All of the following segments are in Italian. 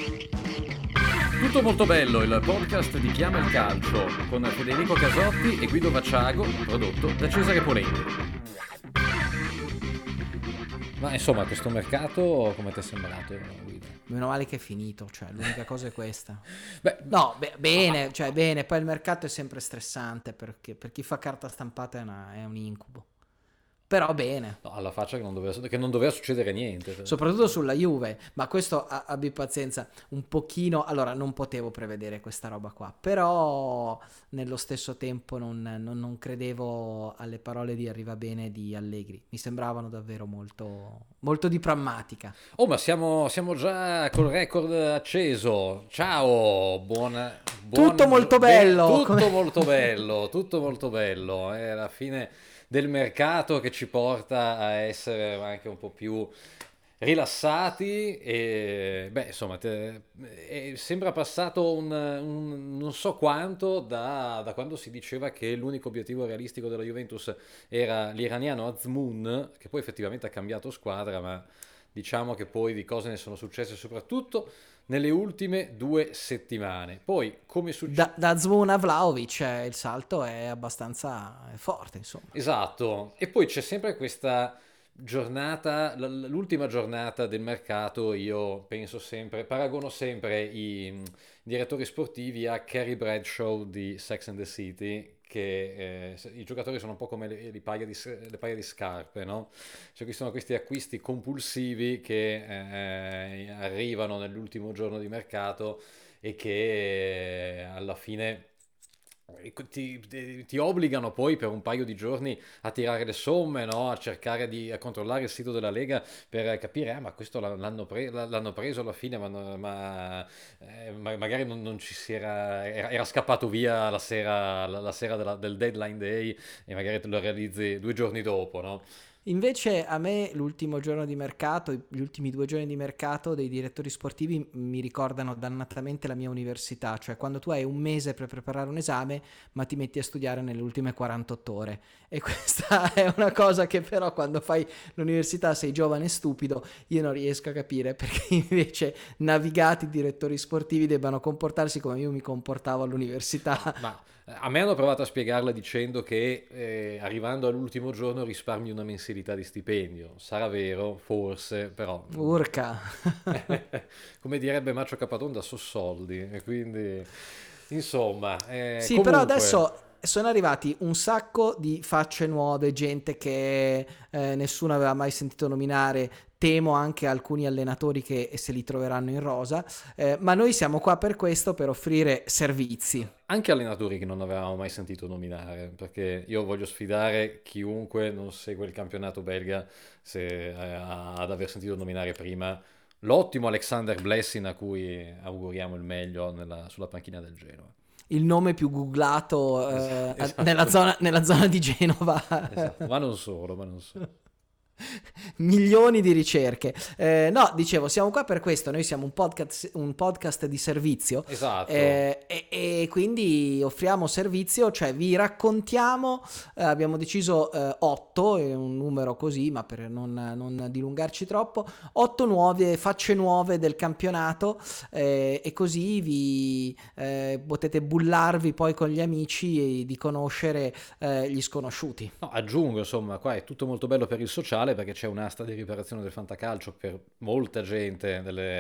Tutto molto bello, il podcast di Chiama il Calcio con Federico Casotti e Guido Vacciago, prodotto da Cesare Polenti. Ma insomma, questo mercato come ti è sembrato, Guido? Meno male che è finito, cioè l'unica cosa è questa. Beh, No, bene, cioè bene, poi il mercato è sempre stressante perché per chi fa carta stampata è un incubo. Però bene. no, alla faccia che non doveva succedere niente. Soprattutto sulla Juve, ma questo abbi pazienza, un pochino, allora non potevo prevedere questa roba qua, però nello stesso tempo non credevo alle parole di Arriva Bene di Allegri, mi sembravano davvero molto, molto di prammatica. Oh, ma siamo già col record acceso. Ciao, Tutto molto bello, tutto molto bello. È la fine del mercato che ci porta a essere anche un po' più rilassati e beh, insomma, sembra passato un non so quanto da quando si diceva che l'unico obiettivo realistico della Juventus era l'iraniano Azmoun, che poi effettivamente ha cambiato squadra, ma diciamo che poi di cose ne sono successe soprattutto nelle ultime 2 settimane. Poi, come succede... Da Zvoon a Vlahovic il salto è abbastanza forte, insomma. Esatto, e poi c'è sempre questa giornata, l'ultima giornata del mercato, io penso sempre, paragono sempre i direttori sportivi a Carrie Bradshaw di Sex and the City, che i giocatori sono un po' come le paia di scarpe, no? Cioè, sono questi acquisti compulsivi che arrivano nell'ultimo giorno di mercato e che alla fine ti obbligano poi per un paio di giorni a tirare le somme, no? A cercare a controllare il sito della Lega per capire, ma questo l'hanno preso alla fine, ma magari non ci si era scappato via la sera del deadline day e magari te lo realizzi 2 giorni dopo, no? Invece a me l'ultimo giorno di mercato, gli ultimi 2 giorni di mercato dei direttori sportivi mi ricordano dannatamente la mia università, cioè quando tu hai un mese per preparare un esame ma ti metti a studiare nelle ultime 48 ore e questa è una cosa che però quando fai l'università sei giovane e stupido, io non riesco a capire perché invece navigati direttori sportivi debbano comportarsi come io mi comportavo all'università. Ma a me hanno provato a spiegarla dicendo che arrivando all'ultimo giorno risparmi una mensilità di stipendio. Sarà vero, forse, però Urca! come direbbe Macio Capatonda, so soldi. E quindi, insomma, Sì, però comunque, adesso sono arrivati un sacco di facce nuove, gente che nessuno aveva mai sentito nominare, temo anche alcuni allenatori che se li troveranno in rosa, ma noi siamo qua per questo, per offrire servizi. anche allenatori che non avevamo mai sentito nominare, perché io voglio sfidare chiunque non segue il campionato belga ad aver sentito nominare prima l'ottimo Alexander Blessin, a cui auguriamo il meglio sulla panchina del Genoa. Il nome più googlato Esatto, nella zona di Genova. esatto, ma non solo, ma non solo. Milioni di ricerche. No, dicevo, siamo qua per questo. Noi siamo un podcast di servizio Esatto. e quindi offriamo servizio, cioè vi raccontiamo. Abbiamo deciso 8, è un numero così, ma per non dilungarci troppo. 8 nuove facce nuove del campionato e così vi potete bullarvi poi con gli amici di conoscere gli sconosciuti. No, aggiungo, insomma, qua è tutto molto bello per il sociale perché c'è un'asta di riparazione del fantacalcio per molta gente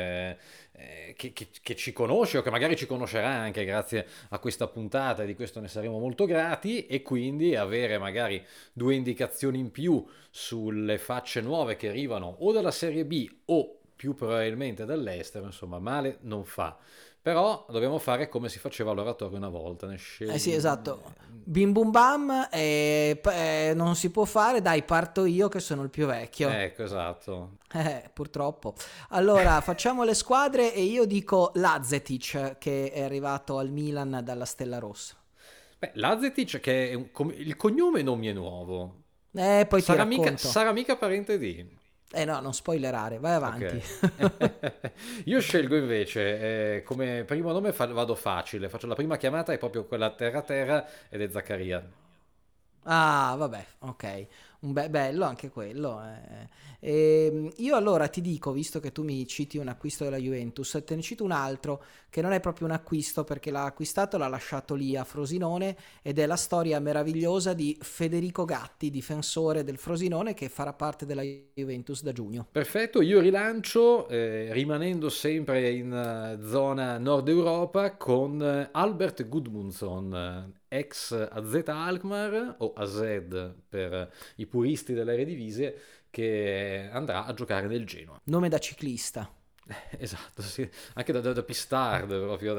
che ci conosce o che magari ci conoscerà anche grazie a questa puntata e di questo ne saremo molto grati e quindi avere magari 2 indicazioni in più sulle facce nuove che arrivano o dalla Serie B o più probabilmente dall'estero, insomma, male non fa. Però dobbiamo fare come si faceva all'oratorio una volta. Sì, esatto. Bim bum bam, non si può fare, dai, parto io che sono il più vecchio. Ecco, esatto. Purtroppo. Allora, facciamo le squadre e io dico Lazetic che è arrivato al Milan dalla Stella Rossa. Beh, Lazetic, che è il cognome non mi è nuovo. Poi ti racconto. Sarà mica parente di... No, non spoilerare, vai avanti. Ok. Io scelgo invece, come primo nome vado facile, faccio la prima chiamata è proprio quella terra-terra ed è Zaccaria. Ah, vabbè, ok. bello anche quello. Io allora ti dico, visto che tu mi citi un acquisto della Juventus, te ne cito un altro che non è proprio un acquisto perché l'ha acquistato, l'ha lasciato lì a Frosinone, ed è la storia meravigliosa di Federico Gatti, difensore del Frosinone, che farà parte della Juventus da giugno. Perfetto, io rilancio, rimanendo sempre in zona Nord Europa, con Albert Gudmundsson, ex AZ Alkmaar, o AZ per i puristi dell'Eredivisie, che andrà a giocare nel Genoa. Nome da ciclista. Esatto, sì. Anche da Pistard, proprio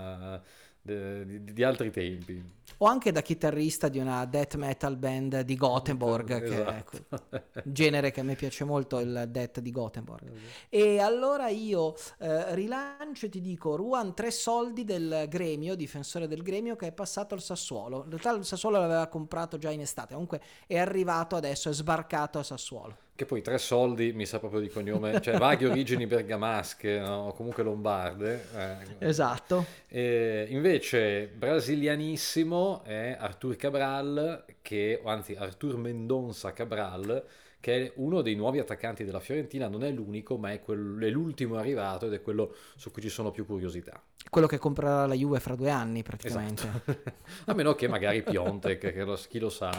di altri tempi. O anche da chitarrista di una death metal band di Gothenburg, che è Esatto. un genere che a me piace molto, il death di Gothenburg. E allora io rilancio e ti dico Ruan Tresoldi del Gremio, difensore del Gremio, che è passato al Sassuolo. In realtà il Sassuolo l'aveva comprato già in estate, comunque è arrivato adesso, è sbarcato a Sassuolo. Che poi Tresoldi mi sa proprio di cognome, cioè vaghe origini bergamasche, no? O comunque lombarde. Esatto. Invece brasilianissimo è Arthur Cabral, anzi Arthur Mendonça Cabral, che è uno dei nuovi attaccanti della Fiorentina, non è l'unico, ma è l'ultimo arrivato ed è quello su cui ci sono più curiosità. Quello che comprerà la Juve fra 2 anni praticamente. Esatto. A meno che magari Piontek, chi lo sa.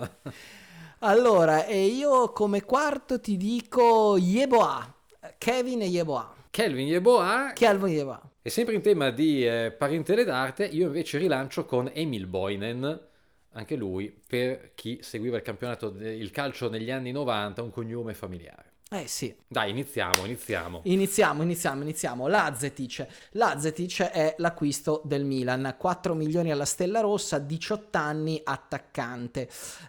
Allora, e io come quarto ti dico Yeboah, Kevin Yeboah. Kelvin Yeboah. Kelvin Yeboah. E sempre in tema di parentele d'arte, io invece rilancio con Emil Boinen, anche lui, per chi seguiva il calcio negli anni 90, un cognome familiare. Sì. Dai, iniziamo. Iniziamo. Lazetic è l'acquisto del Milan, 4 milioni alla Stella Rossa, 18 anni, attaccante.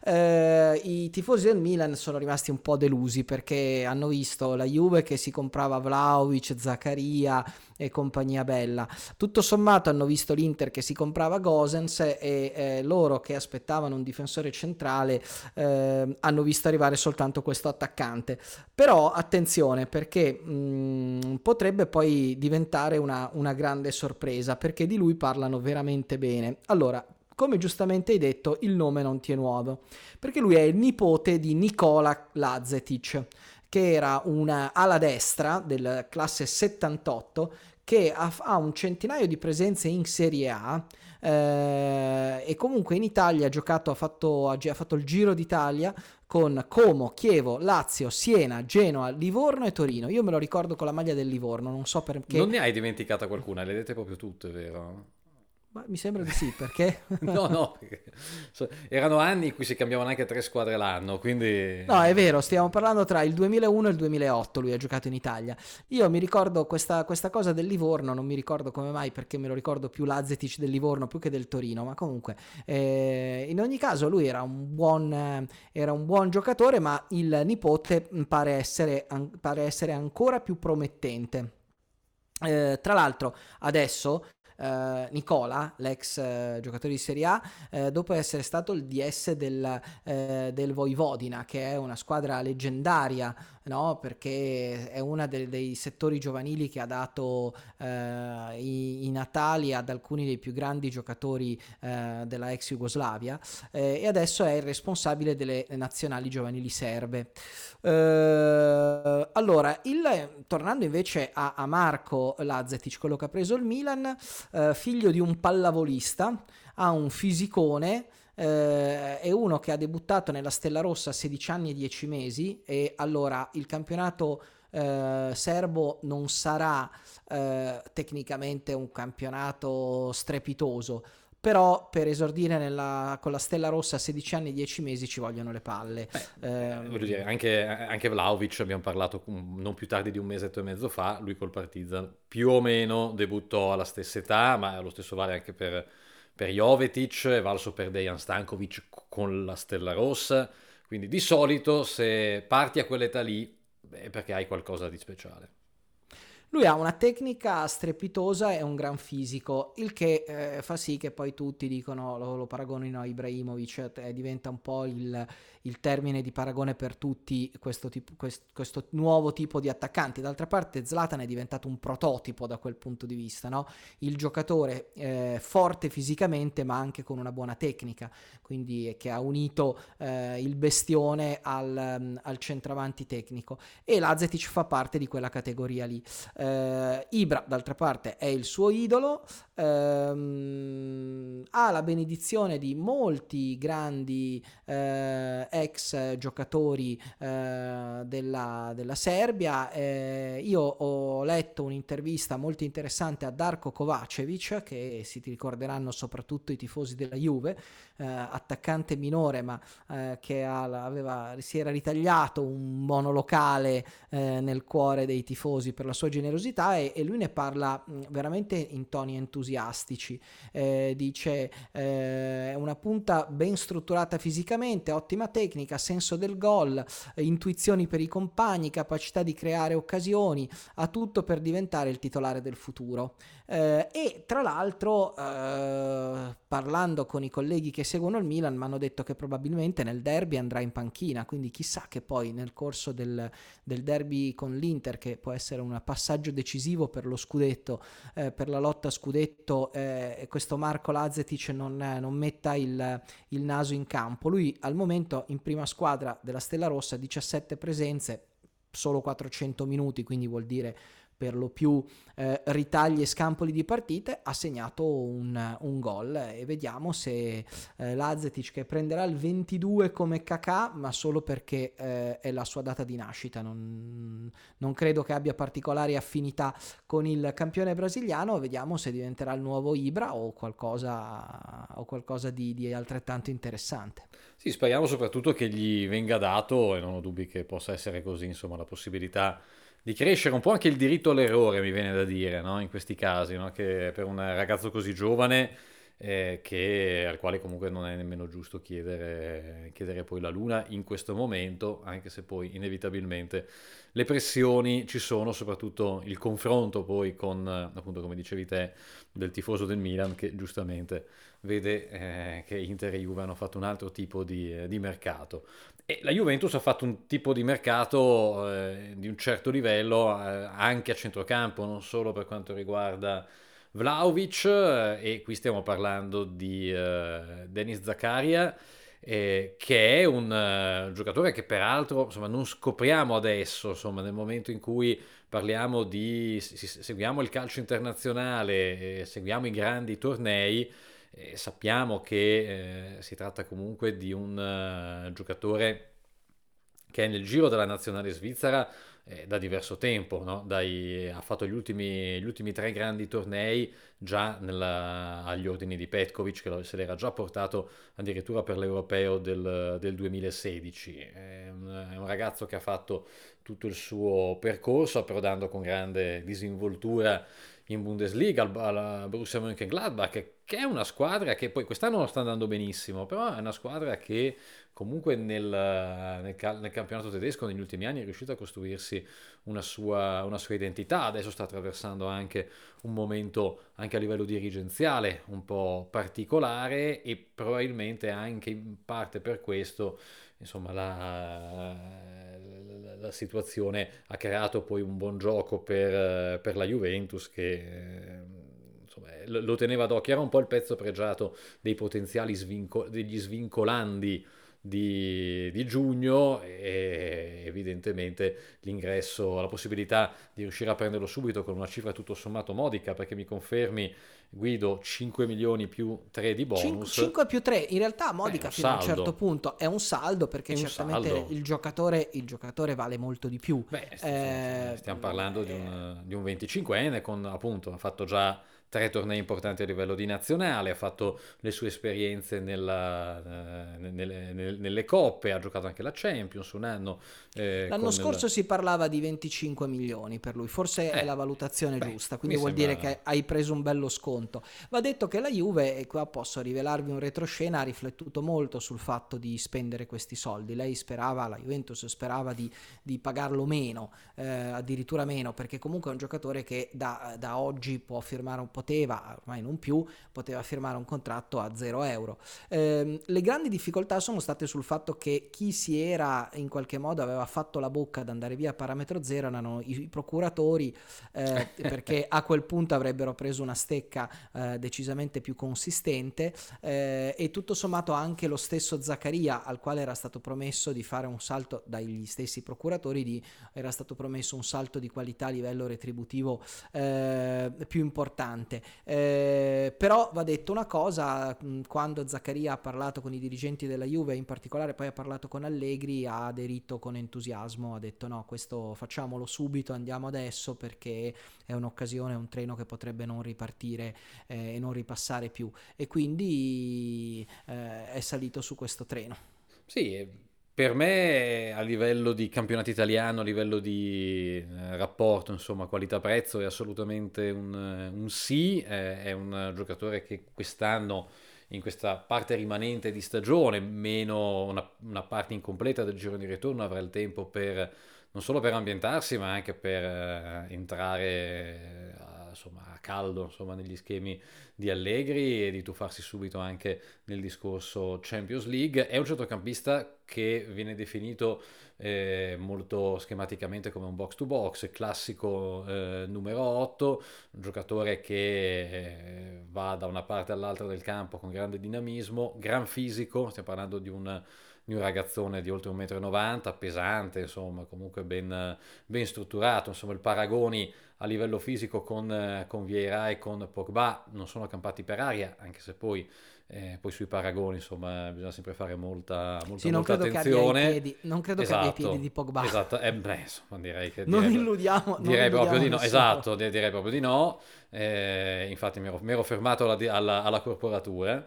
I tifosi del Milan sono rimasti un po' delusi perché hanno visto la Juve che si comprava Vlahovic, Zaccaria e compagnia bella. Tutto sommato hanno visto l'Inter che si comprava Gosens e loro che aspettavano un difensore centrale hanno visto arrivare soltanto questo attaccante. Però attenzione, perché potrebbe poi diventare una grande sorpresa, perché di lui parlano veramente bene. Allora, come giustamente hai detto, il nome non ti è nuovo, perché lui è il nipote di Nikola Lazetic, che era una ala destra del classe 78, che ha un centinaio di presenze in Serie A, e comunque in Italia ha fatto il Giro d'Italia con Como, Chievo, Lazio, Siena, Genoa, Livorno e Torino. Io me lo ricordo con la maglia del Livorno, non so perché. Non ne hai dimenticata qualcuna, le hai dette proprio tutte, vero? Ma mi sembra di sì, perché? No, erano anni in cui si cambiavano anche 3 squadre l'anno, quindi... No, è vero, stiamo parlando tra il 2001 e il 2008, lui ha giocato in Italia. Io mi ricordo questa cosa del Livorno, non mi ricordo come mai, perché me lo ricordo più Lazetic del Livorno più che del Torino, ma comunque, in ogni caso lui era un buon giocatore, ma il nipote pare essere ancora più promettente. Tra l'altro, adesso... Nicola, l'ex giocatore di Serie A, dopo essere stato il DS del Vojvodina, che è una squadra leggendaria, no? Perché è una dei settori giovanili che ha dato i natali ad alcuni dei più grandi giocatori della ex Jugoslavia, e adesso è il responsabile delle nazionali giovanili serbe. Allora, tornando invece a Marko Lazetic, quello che ha preso il Milan, figlio di un pallavolista, ha un fisicone, è uno che ha debuttato nella Stella Rossa a 16 anni e 10 mesi, e allora il campionato serbo non sarà tecnicamente un campionato strepitoso, però per esordire con la Stella Rossa a 16 anni e 10 mesi ci vogliono le palle. Voglio dire, anche Vlahovic, abbiamo parlato non più tardi di un mesetto e mezzo fa, lui col Partizan più o meno debuttò alla stessa età, ma lo stesso vale anche per Jovetic, è valso per Dejan Stankovic con la Stella Rossa, quindi di solito se parti a quell'età lì è perché hai qualcosa di speciale. Lui ha una tecnica strepitosa e un gran fisico, il che fa sì che poi tutti dicono, lo paragonino a Ibrahimovic, diventa un po' il termine di paragone per tutti questo nuovo tipo di attaccanti. D'altra parte Zlatan è diventato un prototipo da quel punto di vista, no? Il giocatore forte fisicamente ma anche con una buona tecnica, quindi che ha unito il bestione al centravanti tecnico, e Lazetic fa parte di quella categoria lì. Ibra d'altra parte è il suo idolo, ha la benedizione di molti grandi ex giocatori della Serbia. Io ho letto un'intervista molto interessante a Darko Kovacevic, che si ricorderanno soprattutto i tifosi della Juve, attaccante minore ma che si era ritagliato un monolocale nel cuore dei tifosi per la sua generosità, e lui ne parla veramente in toni entusiastici. Dice è una punta ben strutturata fisicamente, ottima tecnica, senso del gol, intuizioni per i compagni, capacità di creare occasioni, ha tutto per diventare il titolare del futuro. E tra l'altro parlando con i colleghi che seguono il Milan mi hanno detto che probabilmente nel derby andrà in panchina, quindi chissà che poi nel corso del derby con l'Inter, che può essere un passaggio decisivo per lo scudetto, per la lotta a scudetto, questo Marco Lazetic non metta il naso in campo. Lui al momento in prima squadra della Stella Rossa 17 presenze, solo 400 minuti, quindi vuol dire per lo più ritagli e scampoli di partite, ha segnato un gol, e vediamo se Lazetic, che prenderà il 22 come Kakà, ma solo perché è la sua data di nascita, non credo che abbia particolari affinità con il campione brasiliano, vediamo se diventerà il nuovo Ibra o qualcosa di altrettanto interessante. Sì, speriamo soprattutto che gli venga dato, e non ho dubbi che possa essere così, insomma, la possibilità di crescere, un po' anche il diritto all'errore, mi viene da dire, no? In questi casi, no? Che per un ragazzo così giovane, al quale comunque non è nemmeno giusto chiedere poi la luna in questo momento, anche se poi inevitabilmente le pressioni ci sono, soprattutto il confronto poi con, appunto come dicevi te, del tifoso del Milan, che giustamente vede che Inter e Juve hanno fatto un altro tipo di mercato. E la Juventus ha fatto un tipo di mercato di un certo livello anche a centrocampo, non solo per quanto riguarda Vlahovic, e qui stiamo parlando di Denis Zakaria, che è un giocatore che peraltro, insomma, non scopriamo adesso, insomma, nel momento in cui parliamo seguiamo il calcio internazionale, seguiamo i grandi tornei. Sappiamo che si tratta comunque di un giocatore che è nel giro della nazionale svizzera da diverso tempo, no? Ha fatto gli ultimi tre grandi tornei già agli ordini di Petkovic, che se l'era già portato addirittura per l'europeo del 2016. È un ragazzo che ha fatto tutto il suo percorso, approdando con grande disinvoltura in Bundesliga al Borussia Mönchengladbach, che è una squadra che poi quest'anno non sta andando benissimo, però è una squadra che comunque nel campionato tedesco negli ultimi anni è riuscita a costruirsi una sua identità. Adesso sta attraversando anche un momento anche a livello dirigenziale un po' particolare, e probabilmente anche in parte per questo, insomma, la situazione ha creato poi un buon gioco per la Juventus, che insomma, lo teneva d'occhio. Era un po' il pezzo pregiato dei potenziali degli svincolandi di giugno, e evidentemente l'ingresso, la possibilità di riuscire a prenderlo subito con una cifra tutto sommato modica, perché mi confermi, Guido, 5 milioni più 3 di bonus. 5 più 3, in realtà modica fino a un saldo. certo punto, è un saldo, perché certamente saldo. il giocatore vale molto di più. Beh, stiamo parlando di un 25enne con, appunto, ha fatto già 3 tornei importanti a livello di nazionale, ha fatto le sue esperienze nelle coppe, ha giocato anche la Champions un anno L'anno con il... scorso si parlava di 25 milioni per lui, forse è la valutazione Beh, giusta, mi quindi vuol dire sembra... che hai preso un bello sconto. Va detto che la Juve, e qua posso rivelarvi un retroscena, ha riflettuto molto sul fatto di spendere questi soldi. Lei sperava, la Juventus sperava di pagarlo meno, addirittura meno, perché comunque è un giocatore che da oggi può firmare, poteva, ormai non più, poteva firmare un contratto a 0 euro. Le grandi difficoltà sono state sul fatto che chi si era in qualche modo aveva fatto la bocca ad andare via a parametro zero erano i procuratori, perché a quel punto avrebbero preso una stecca decisamente più consistente, e tutto sommato anche lo stesso Zaccaria, al quale era stato promesso di fare un salto dagli stessi procuratori, era stato promesso un salto di qualità a livello retributivo più importante. Però va detto una cosa, quando Zaccaria ha parlato con i dirigenti della Juve, in particolare poi ha parlato con Allegri, ha aderito con entusiasmo, ha detto no, questo facciamolo subito, andiamo adesso, perché è un'occasione, è un treno che potrebbe non ripartire e non ripassare più, e quindi è salito su questo treno. Sì, per me a livello di campionato italiano, a livello di rapporto, insomma, qualità-prezzo è assolutamente un sì, è un giocatore che quest'anno in questa parte rimanente di stagione, meno una parte incompleta del giro di ritorno, avrà il tempo per non solo per ambientarsi, ma anche per entrare insomma, a caldo insomma, negli schemi di Allegri e di tuffarsi subito anche nel discorso Champions League. È un centrocampista che viene definito molto schematicamente come un box to box, classico numero 8, un giocatore che va da una parte all'altra del campo con grande dinamismo, gran fisico, stiamo parlando di un ragazzone di oltre 1,90 m, pesante, insomma, comunque ben strutturato, insomma, il paragoni a livello fisico con Vieira e con Pogba non sono campati per aria, anche se poi sui paragoni, insomma, bisogna sempre fare molta, molta, Sì, non molta credo che abbia i attenzione. piedi, non credo che abbia i piedi Esatto, di Pogba. esatto, beh, insomma, Non direi, illudiamo, non direi proprio illudiamo di no, nessuno. esatto, direi proprio di no. Infatti mi ero fermato alla corporatura.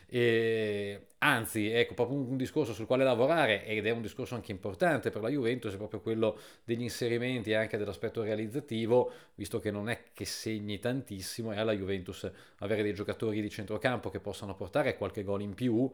Anzi, ecco, proprio un discorso sul quale lavorare, ed è un discorso anche importante per la Juventus, è proprio quello degli inserimenti e anche dell'aspetto realizzativo, visto che non è che segni tantissimo, e alla Juventus avere dei giocatori di centrocampo che possano portare qualche gol in più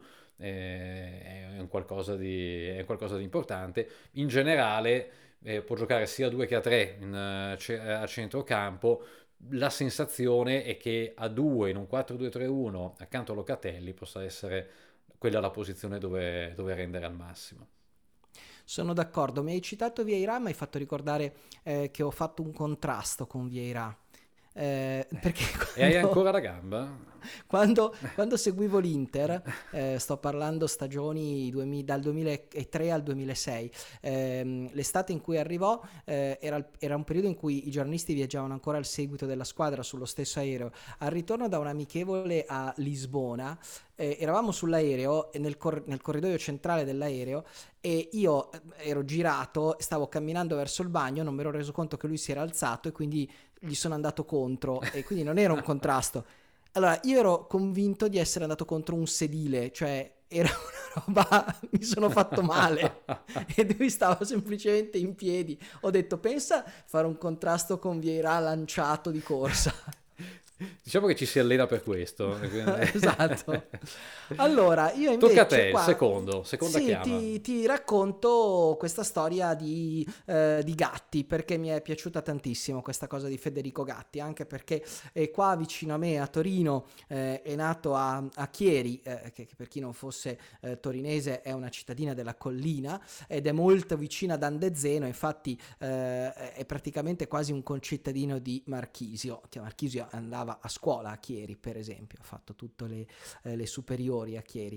è qualcosa di importante. In generale può giocare sia a 2 che a 3 a centrocampo. La sensazione è che a 2 in un 4-2-3-1 accanto a Locatelli possa essere quella la posizione dove rendere al massimo. Sono d'accordo, mi hai citato Vieira, mi hai fatto ricordare che ho fatto un contrasto con Vieira. Perché E hai quando, ancora la gamba? quando seguivo l'Inter, sto parlando stagioni dal 2003 al 2006, l'estate in cui arrivò era un periodo in cui i giornalisti viaggiavano ancora al seguito della squadra sullo stesso aereo. Al ritorno da un amichevole a Lisbona, eravamo sull'aereo e nel corridoio centrale dell'aereo, e io ero girato, stavo camminando verso il bagno, non mi ero reso conto che lui si era alzato e quindi gli sono andato contro, e quindi non era un contrasto. Allora, io ero convinto di essere andato contro un sedile, cioè era una roba, mi sono fatto male, e lui stava semplicemente in piedi. Ho detto, pensa fare un contrasto con Vieira lanciato di corsa. Diciamo che ci si allena per questo. Esatto. Allora, io Tocca a te, invece il qua seconda sì, chiama. ti racconto questa storia di Gatti, perché mi è piaciuta tantissimo questa cosa di Federico Gatti, anche perché qua vicino a me, a Torino, è nato a Chieri, che per chi non fosse torinese è una cittadina della collina, ed è molto vicina ad Andezeno, infatti è praticamente quasi un concittadino di Marchisio, che Marchisio andava a scuola a Chieri, per esempio, ha fatto tutte le superiori a Chieri,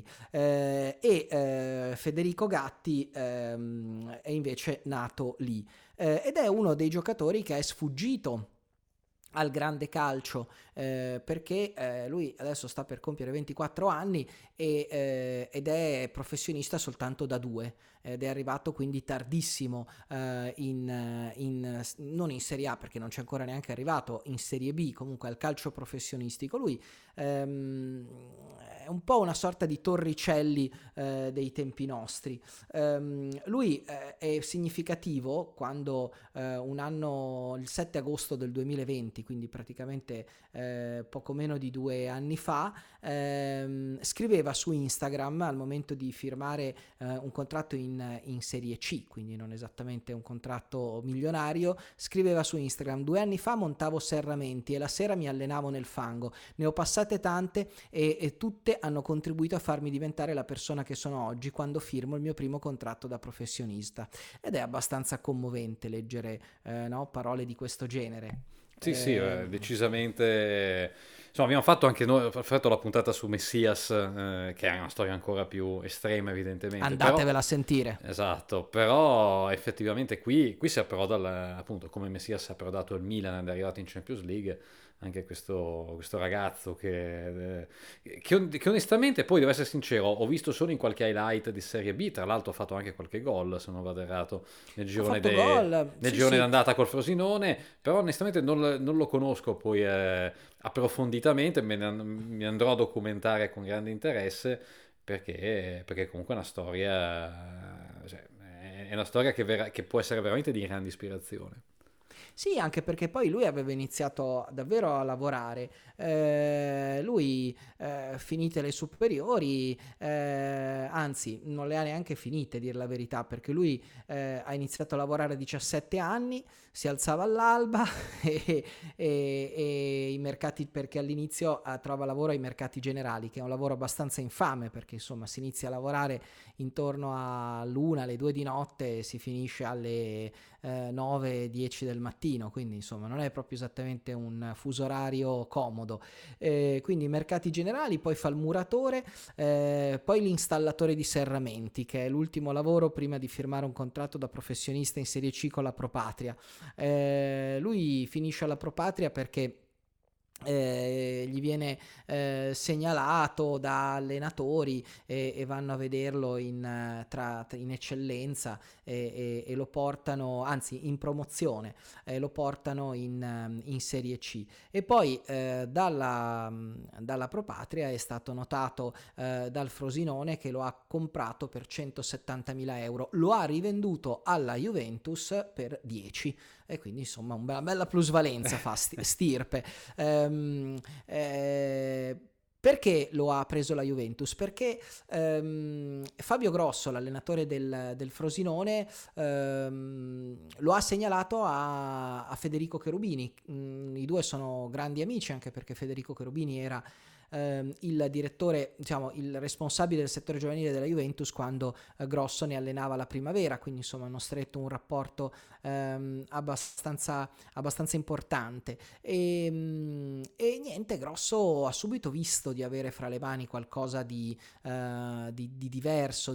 Federico Gatti è invece nato lì, ed è uno dei giocatori che è sfuggito al grande calcio, perché lui adesso sta per compiere 24 anni ed è professionista soltanto da 2, ed è arrivato quindi tardissimo, non in Serie A perché non c'è ancora neanche arrivato, in Serie B, comunque al calcio professionistico. Lui è un po' una sorta di Torricelli dei tempi nostri. Lui è significativo quando un anno, il 7 agosto del 2020, quindi praticamente poco meno di 2 anni fa, scriveva su Instagram al momento di firmare un contratto in Serie C, quindi non esattamente un contratto milionario. Scriveva su Instagram: 2 anni fa montavo serramenti e la sera mi allenavo nel fango, ne ho passate tante e tutte hanno contribuito a farmi diventare la persona che sono oggi quando firmo il mio primo contratto da professionista. Ed è abbastanza commovente leggere no, parole di questo genere. Sì, sì, Ehm, decisamente. Insomma, abbiamo fatto anche noi, ho fatto la puntata su Messias, che è una storia ancora più estrema, evidentemente. Però, Andatevela a sentire. esatto, però effettivamente qui si approda, appunto, come Messias si è approdato il Milan ed è arrivato in Champions League, anche questo ragazzo che onestamente, poi devo essere sincero, ho visto solo in qualche highlight di Serie B, tra l'altro ha fatto anche qualche gol, se non vado errato, nel Ha girone, fatto gol, nel sì girone sì. d'andata col Frosinone, però onestamente non lo conosco poi approfonditamente, mi andrò a documentare con grande interesse perché comunque è una storia, cioè, è una storia che può essere veramente di grande ispirazione. Sì, anche perché poi lui aveva iniziato davvero a lavorare. Lui, finite le superiori, anzi, non le ha neanche finite, a dir la verità, perché lui ha iniziato a lavorare a 17 anni, si alzava all'alba e i mercati, perché all'inizio trova lavoro ai mercati generali, che è un lavoro abbastanza infame, perché insomma si inizia a lavorare intorno all'una, alle 2 di notte e si finisce alle 9-10 del mattino, quindi insomma non è proprio esattamente un fuso orario comodo. Quindi mercati generali, poi fa il muratore, poi l'installatore di serramenti, che è l'ultimo lavoro prima di firmare un contratto da professionista in Serie C con la Propatria. Lui finisce alla Propatria perché gli viene segnalato da allenatori e vanno a vederlo in eccellenza e lo portano, anzi in promozione, lo portano in Serie C. E poi dalla Propatria è stato notato dal Frosinone, che lo ha comprato per 170.000 euro, lo ha rivenduto alla Juventus per 10, e quindi insomma una bella plusvalenza fa stirpe. Ehm, eh, perché lo ha preso la Juventus? Perché Fabio Grosso, l'allenatore del Frosinone, lo ha segnalato a Federico Cherubini. I due sono grandi amici, anche perché Federico Cherubini era il direttore, diciamo il responsabile del settore giovanile della Juventus quando Grosso ne allenava la primavera, quindi insomma hanno stretto un rapporto abbastanza importante. E niente, Grosso ha subito visto di avere fra le mani qualcosa di diverso,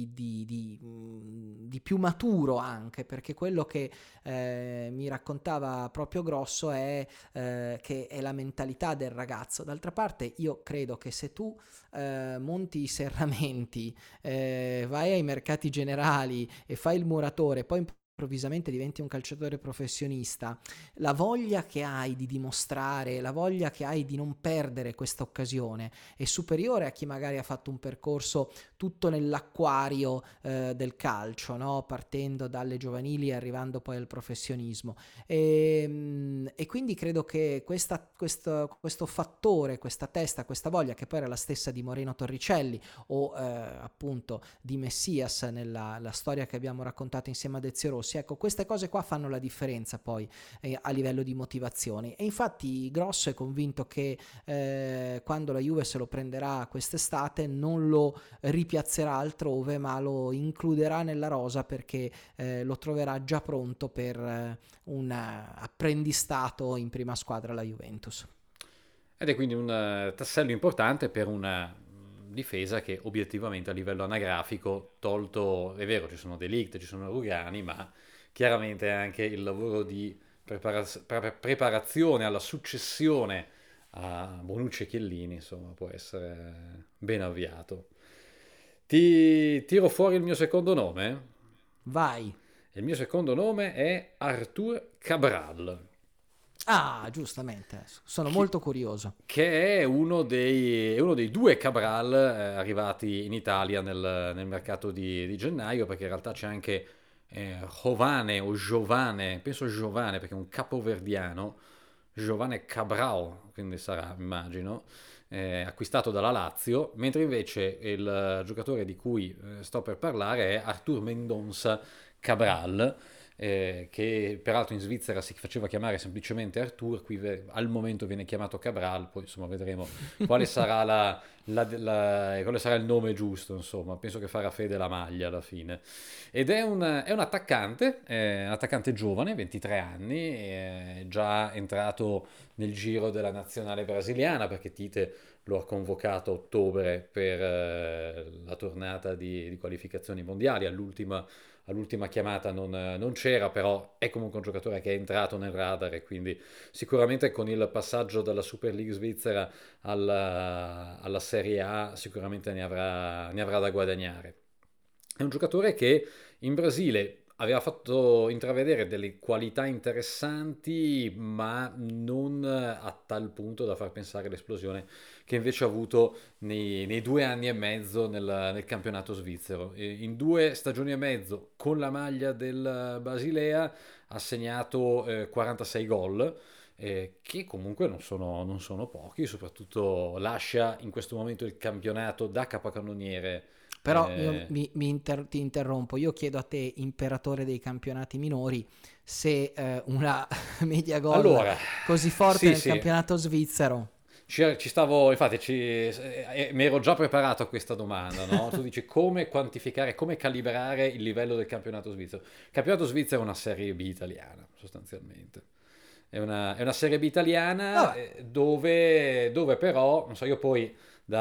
di più maturo, anche perché quello che mi raccontava proprio Grosso è che è la mentalità del ragazzo. D'altra parte io credo che se tu monti i serramenti, vai ai mercati generali e fai il muratore, poi improvvisamente diventi un calciatore professionista, la voglia che hai di dimostrare, la voglia che hai di non perdere questa occasione è superiore a chi magari ha fatto un percorso tutto nell'acquario del calcio, no? Partendo dalle giovanili e arrivando poi al professionismo. E quindi credo che questo fattore, questa testa, questa voglia, che poi era la stessa di Moreno Torricelli o appunto di Messias nella la storia che abbiamo raccontato insieme ad Ezio Rossi, ecco, queste cose qua fanno la differenza poi a livello di motivazioni. E infatti Grosso è convinto che quando la Juve se lo prenderà quest'estate non lo ripiazzerà altrove, ma lo includerà nella rosa, perché lo troverà già pronto per un apprendistato in prima squadra alla Juventus. Ed è quindi un tassello importante per una difesa che obiettivamente a livello anagrafico, tolto, è vero, ci sono De Ligt, ci sono Rugani, ma chiaramente anche il lavoro di preparazione alla successione a Bonucci e Chiellini, insomma, può essere ben avviato. Ti tiro fuori il mio secondo nome? Vai. Il mio secondo nome è Artur Cabral, Ah, giustamente, sono che, molto curioso. che è uno dei due Cabral arrivati in Italia nel mercato di gennaio, perché in realtà c'è anche Jovane o Giovane, penso Giovane perché è un capoverdiano, Giovane Cabral, quindi sarà, immagino, acquistato dalla Lazio, mentre invece il giocatore di cui sto per parlare è Artur Mendonça Cabral, che peraltro in Svizzera si faceva chiamare semplicemente Artur, qui al momento viene chiamato Cabral, poi insomma vedremo quale sarà quale sarà il nome giusto, insomma, penso che farà fede la maglia alla fine. Ed è un attaccante giovane, 23 anni, già entrato nel giro della nazionale brasiliana perché Tite lo ha convocato a ottobre per la tornata di qualificazioni mondiali, all'ultima chiamata non c'era, però è comunque un giocatore che è entrato nel radar e quindi sicuramente con il passaggio dalla Super League svizzera alla Serie A sicuramente ne avrà da guadagnare. È un giocatore che in Brasile aveva fatto intravedere delle qualità interessanti, ma non a tal punto da far pensare all'esplosione che invece ha avuto nei 2 anni e mezzo nel campionato svizzero. In 2 stagioni e mezzo con la maglia del Basilea ha segnato 46 gol. Che comunque non sono pochi, soprattutto lascia in questo momento il campionato da capocannoniere. Però io ti interrompo, io chiedo a te, imperatore dei campionati minori, se una media gol Allora, così forte sì, nel sì, campionato svizzero. ci stavo, infatti mi ero già preparato a questa domanda, no? Tu dici come quantificare, come calibrare il livello del campionato svizzero. Il campionato svizzero è una Serie B italiana, sostanzialmente. È una Serie B italiana Vabbè, dove però, non so, io poi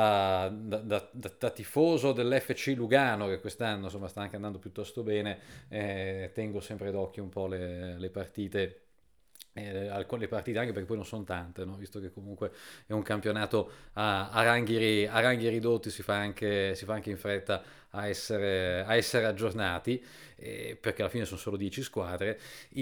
da tifoso dell'FC Lugano, che quest'anno insomma sta anche andando piuttosto bene, tengo sempre d'occhio un po' le partite. Le partite anche perché poi non sono tante, no? Visto che comunque è un campionato a ranghi ridotti, si fa anche in fretta a essere aggiornati, perché alla fine sono solo 10 squadre.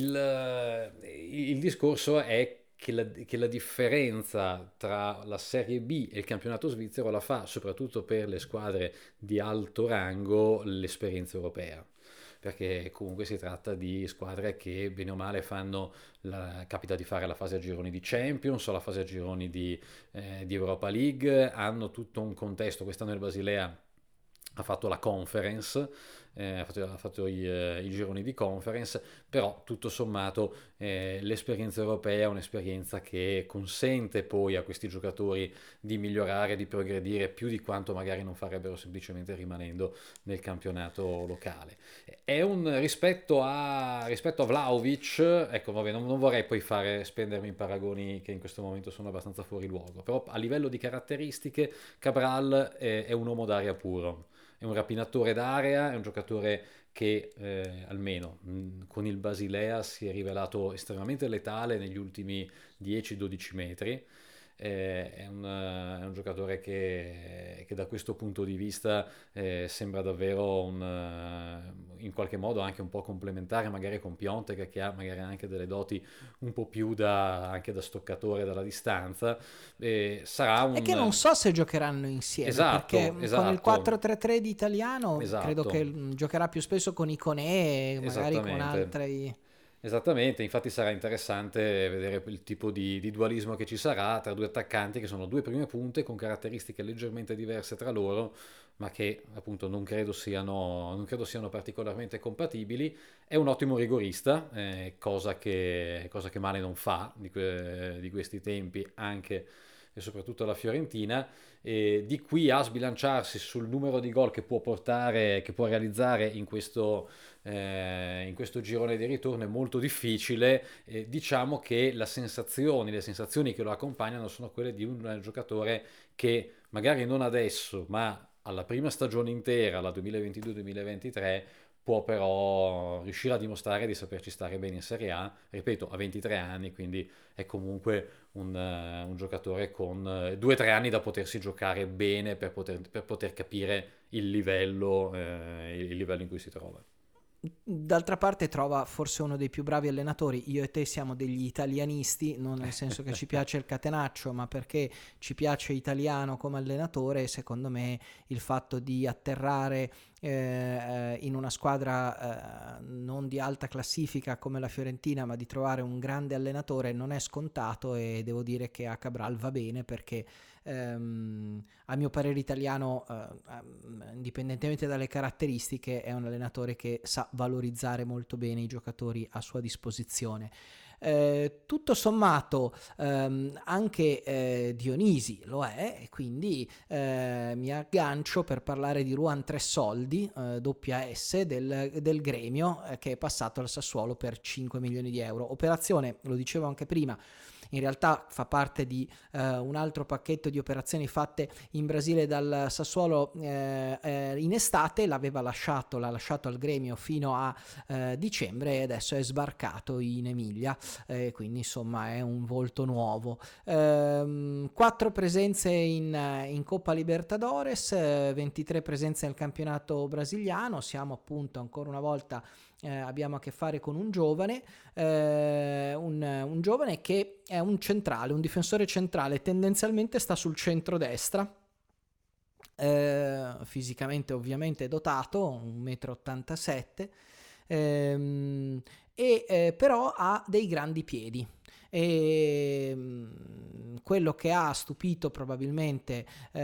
Il discorso è che la differenza tra la Serie B e il campionato svizzero la fa soprattutto per le squadre di alto rango l'esperienza europea. Perché comunque si tratta di squadre che bene o male capita di fare la fase a gironi di Champions o la fase a gironi di Europa League, hanno tutto un contesto. Quest'anno il Basilea ha fatto la conference, ha fatto i gironi di conference, però tutto sommato l'esperienza europea è un'esperienza che consente poi a questi giocatori di migliorare, di progredire più di quanto magari non farebbero semplicemente rimanendo nel campionato locale. È un rispetto a Vlahovic, ecco, vabbè, non vorrei poi spendermi in paragoni che in questo momento sono abbastanza fuori luogo, però a livello di caratteristiche Cabral è un uomo d'aria puro, è un rapinatore d'area, è un giocatore che almeno con il Basilea si è rivelato estremamente letale negli ultimi 10-12 metri. È un giocatore che da questo punto di vista sembra davvero in qualche modo anche un po' complementare magari con Piontek, che ha magari anche delle doti un po' più anche da stoccatore dalla distanza. Sarà è che non un... so se giocheranno insieme, perché Esatto, con il esatto, 4-3-3 di italiano credo esatto, che giocherà più spesso con Iconè e magari con esattamente. altri. Esattamente, infatti sarà interessante vedere il tipo di dualismo che ci sarà tra due attaccanti che sono due prime punte con caratteristiche leggermente diverse tra loro, ma che appunto non credo siano particolarmente compatibili. È un ottimo rigorista, cosa che male non fa di questi tempi, anche e soprattutto la Fiorentina. E di qui a sbilanciarsi sul numero di gol che può portare, che può realizzare in questo girone di ritorno è molto difficile. Diciamo che le sensazioni che lo accompagnano sono quelle di un giocatore che magari non adesso, ma alla prima stagione intera, la 2022-2023, può però riuscire a dimostrare di saperci stare bene in Serie A, ripeto, a 23 anni, quindi è comunque un giocatore con 2 o 3 anni da potersi giocare bene per poter capire il livello in cui si trova. D'altra parte trova forse uno dei più bravi allenatori. Io e te siamo degli italianisti, non nel senso che ci piace il catenaccio, ma perché ci piace italiano come allenatore. Secondo me il fatto di atterrare in una squadra non di alta classifica come la Fiorentina, ma di trovare un grande allenatore non è scontato, e devo dire che a Cabral va bene perché a mio parere italiano, indipendentemente dalle caratteristiche, è un allenatore che sa valorizzare molto bene i giocatori a sua disposizione. Tutto sommato anche Dionisi lo è, e quindi mi aggancio per parlare di Ruan Tressoldi, doppia S del Gremio, che è passato al Sassuolo per 5 milioni di euro. Operazione, lo dicevo anche prima, in realtà fa parte di un altro pacchetto di operazioni fatte in Brasile dal Sassuolo in estate. L'ha lasciato al Gremio fino a dicembre, e adesso è sbarcato in Emilia, quindi insomma è un volto nuovo. 4 presenze in Coppa Libertadores, 23 presenze nel campionato brasiliano. Siamo appunto ancora una volta abbiamo a che fare con un giovane, un giovane che è un centrale, un difensore centrale, tendenzialmente sta sul centro-destra, fisicamente ovviamente dotato, 1,87 m, però ha dei grandi piedi. E quello che ha stupito probabilmente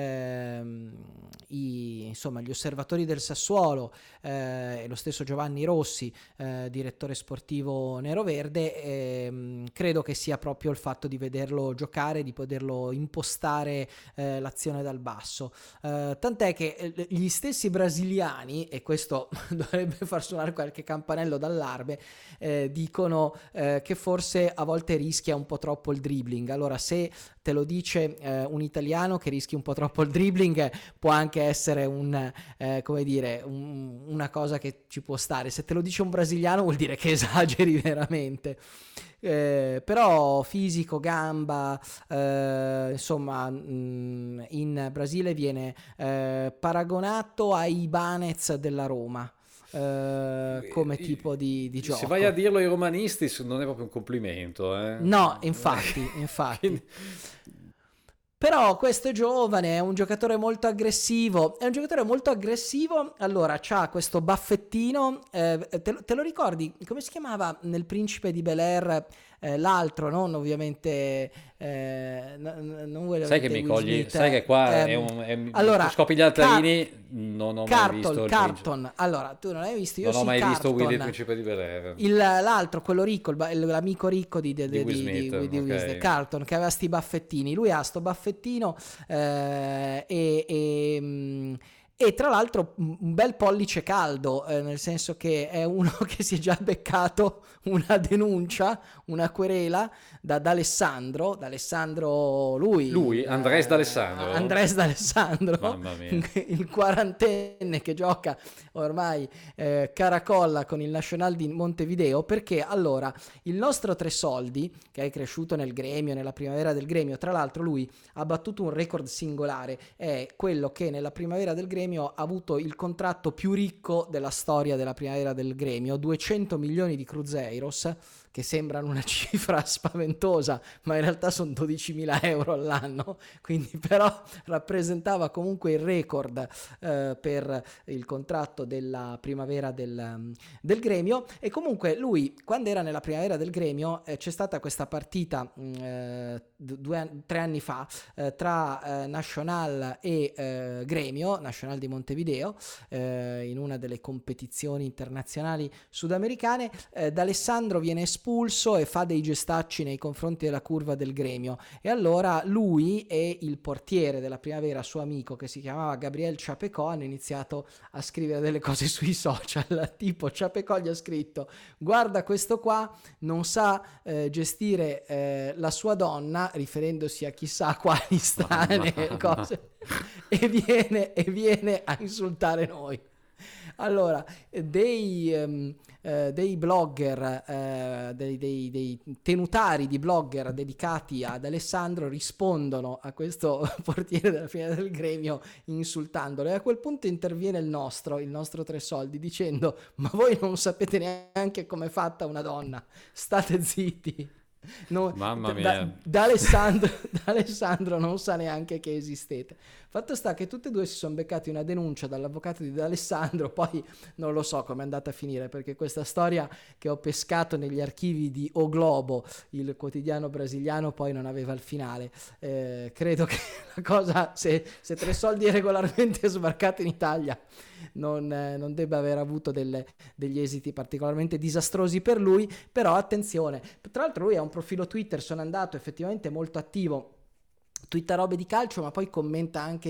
insomma, gli osservatori del Sassuolo e lo stesso Giovanni Rossi, direttore sportivo neroverde, credo che sia proprio il fatto di vederlo giocare, di poterlo impostare l'azione dal basso, tant'è che gli stessi brasiliani, e questo dovrebbe far suonare qualche campanello d'allarme, dicono che forse a volte rischia un po' troppo il dribbling. Allora, se te lo dice un italiano che rischi un po' troppo il dribbling, può anche essere come dire, una cosa che ci può stare. Se te lo dice un brasiliano vuol dire che esageri veramente. Però fisico, gamba, insomma, in Brasile viene paragonato ai Ibanez della Roma. Come tipo di gioco. Se vai a dirlo ai romanisti non è proprio un complimento, eh? No, infatti. Quindi... Però questo è giovane, è un giocatore molto aggressivo. Allora, c'ha questo baffettino, te lo ricordi? Come si chiamava nel Principe di Bel-Air? L'altro, non ovviamente non vuole. Sai che mi cogli, sai che qua allora, scopri gli altarini, non ho mai visto il Carton. Allora, tu non hai visto, io non ho mai Carton. visto Willy il Principe di Bel-Air. L'altro, quello ricco, l'amico ricco di Will Smith, okay. Carton, che aveva sti baffettini. Lui ha sto baffettino e tra l'altro un bel pollice caldo, nel senso che è uno che si è già beccato una denuncia, una querela da D'Alessandro, Andrés D'Alessandro, mamma mia. Il quarantenne che gioca ormai caracolla con il Nacional di Montevideo, perché allora il nostro Tressoldi, che è cresciuto nel Gremio, nella primavera del Gremio, tra l'altro lui ha battuto un record singolare, è quello che nella primavera del Gremio ha avuto il contratto più ricco della storia della primavera del Gremio, 200 milioni di cruzeiros, che sembrano una cifra spaventosa, ma in realtà sono 12.000 euro all'anno, quindi però rappresentava comunque il record per il contratto della primavera del Gremio. E comunque lui, quando era nella primavera del Gremio, c'è stata questa partita 3 anni fa tra Nacional e Gremio, Nacional di Montevideo, in una delle competizioni internazionali sudamericane. D'Alessandro viene espulso e fa dei gestacci nei confronti della curva del Gremio, e allora lui e il portiere della primavera, suo amico che si chiamava Gabriel Chapecó, hanno iniziato a scrivere delle cose sui social. Tipo Chapecó gli ha scritto: guarda, questo qua non sa gestire la sua donna, riferendosi a chissà quali strane cose, e viene a insultare noi. Allora, dei blogger, dei tenutari di blogger dedicati ad Alessandro rispondono a questo portiere della fine del gremio insultandolo, e a quel punto interviene il nostro Tre Soldi, dicendo: ma voi non sapete neanche com'è fatta una donna, state zitti. Mamma mia. Da Alessandro, da Alessandro non sa neanche che esistete. Fatto sta che tutti e due si sono beccati una denuncia dall'avvocato di D'Alessandro. Poi non lo so come è andata a finire, perché questa storia che ho pescato negli archivi di O Globo, il quotidiano brasiliano, poi non aveva il finale. Credo che la cosa, se Tre Soldi è regolarmente sbarcato in Italia, non debba aver avuto degli esiti particolarmente disastrosi per lui. Però attenzione, tra l'altro lui ha un profilo Twitter, sono andato, effettivamente molto attivo, twitta robe di calcio, ma poi commenta anche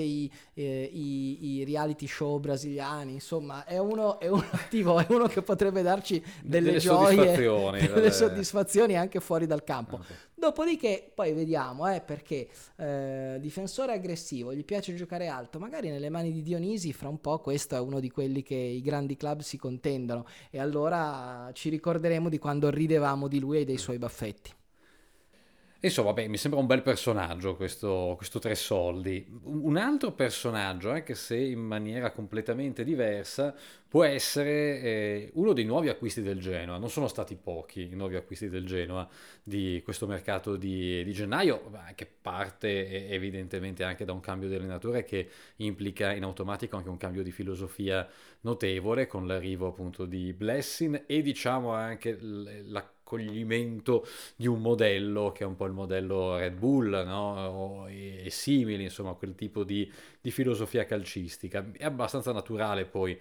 i reality show brasiliani. Insomma, è uno attivo, è uno che potrebbe darci delle gioie, delle soddisfazioni anche fuori dal campo. Okay. Dopodiché poi vediamo, perché difensore aggressivo, gli piace giocare alto, magari nelle mani di Dionisi fra un po' questo è uno di quelli che i grandi club si contendono, e allora ci ricorderemo di quando ridevamo di lui e dei suoi baffetti. Insomma, beh, mi sembra un bel personaggio questo Tre Soldi. Un altro personaggio, anche se in maniera completamente diversa, può essere uno dei nuovi acquisti del Genoa. Non sono stati pochi i nuovi acquisti del Genoa di questo mercato di gennaio, che parte evidentemente anche da un cambio di allenatore che implica in automatico anche un cambio di filosofia notevole, con l'arrivo appunto di Blessing e diciamo anche l'accoglimento di un modello che è un po' il modello Red Bull, no? E simili, insomma, quel tipo di filosofia calcistica. È abbastanza naturale poi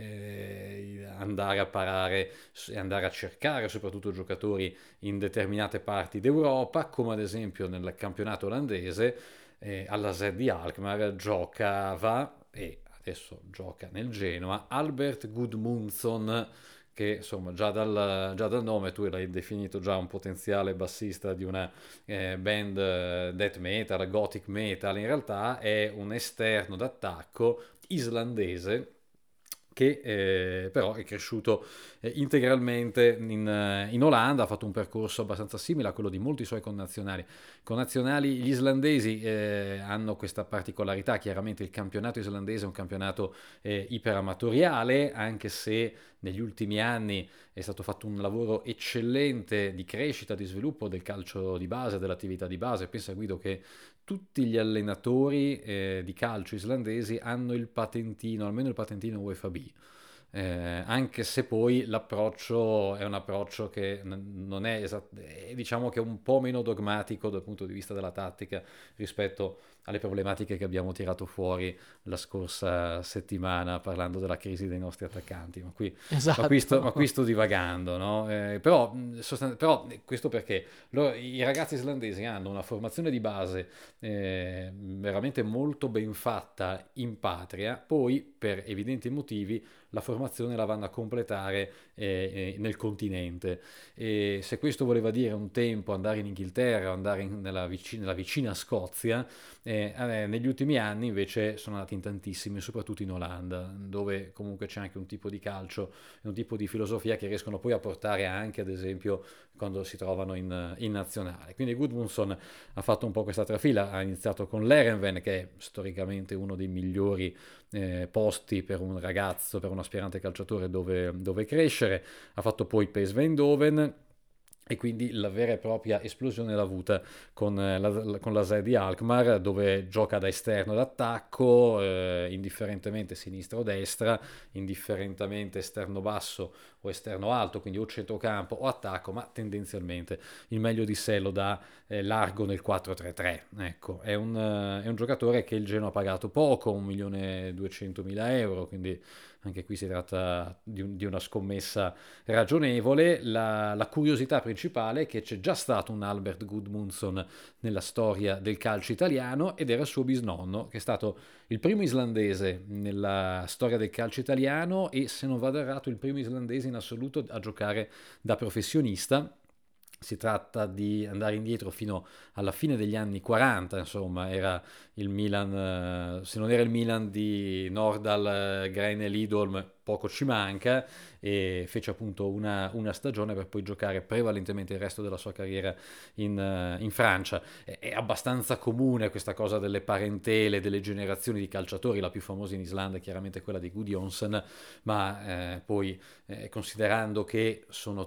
andare a parare e andare a cercare soprattutto giocatori in determinate parti d'Europa, come ad esempio nel campionato olandese. All'AZ di Alkmaar giocava e adesso gioca nel Genoa Albert Gudmundsson, che insomma già dal nome tu l'hai definito già un potenziale bassista di una band death metal, gothic metal. In realtà è un esterno d'attacco islandese che però è cresciuto integralmente in Olanda, ha fatto un percorso abbastanza simile a quello di molti suoi connazionali. Gli islandesi hanno questa particolarità: chiaramente il campionato islandese è un campionato iperamatoriale, anche se negli ultimi anni è stato fatto un lavoro eccellente di crescita, di sviluppo del calcio di base, dell'attività di base. Pensa, Guido, che tutti gli allenatori di calcio islandesi hanno il patentino, almeno il patentino UEFA B. Anche se poi l'approccio è un approccio che non è diciamo che è un po' meno dogmatico dal punto di vista della tattica rispetto alle problematiche che abbiamo tirato fuori la scorsa settimana parlando della crisi dei nostri attaccanti. Ma qui sto divagando, no? Però questo perché i ragazzi islandesi hanno una formazione di base veramente molto ben fatta in patria, poi per evidenti motivi la formazione la vanno a completare nel continente. E se questo voleva dire un tempo andare in Inghilterra o andare nella vicina Scozia, negli ultimi anni invece sono andati in tantissimi, soprattutto in Olanda, dove comunque c'è anche un tipo di calcio e un tipo di filosofia che riescono poi a portare anche, ad esempio, quando si trovano in nazionale. Quindi Gudmundsson ha fatto un po' questa trafila, ha iniziato con l'Erenven, che è storicamente uno dei migliori posti per un ragazzo, per un aspirante calciatore dove crescere. Ha fatto poi PSV Eindhoven e quindi la vera e propria esplosione l'ha avuta con la Z di Alkmaar, dove gioca da esterno d'attacco, indifferentemente sinistra o destra, indifferentemente esterno basso o esterno alto, quindi o centrocampo o attacco, ma tendenzialmente il meglio di sé lo dà largo nel 4-3-3. Ecco, è un giocatore che il Genoa ha pagato poco, 1.200.000 euro, quindi anche qui si tratta di una scommessa ragionevole. La curiosità principale è che c'è già stato un Albert Gudmundsson nella storia del calcio italiano, ed era il suo bisnonno, che è stato il primo islandese nella storia del calcio italiano e, se non vado errato, il primo islandese in assoluto a giocare da professionista. Si tratta di andare indietro fino alla fine degli anni 40, insomma, era il Milan, se non era il Milan di Nordahl, Greine, Lidholm, poco ci manca, e fece appunto una stagione per poi giocare prevalentemente il resto della sua carriera in Francia. È abbastanza comune questa cosa delle parentele, delle generazioni di calciatori, la più famosa in Islanda è chiaramente quella di Gudjohnsen, ma poi considerando che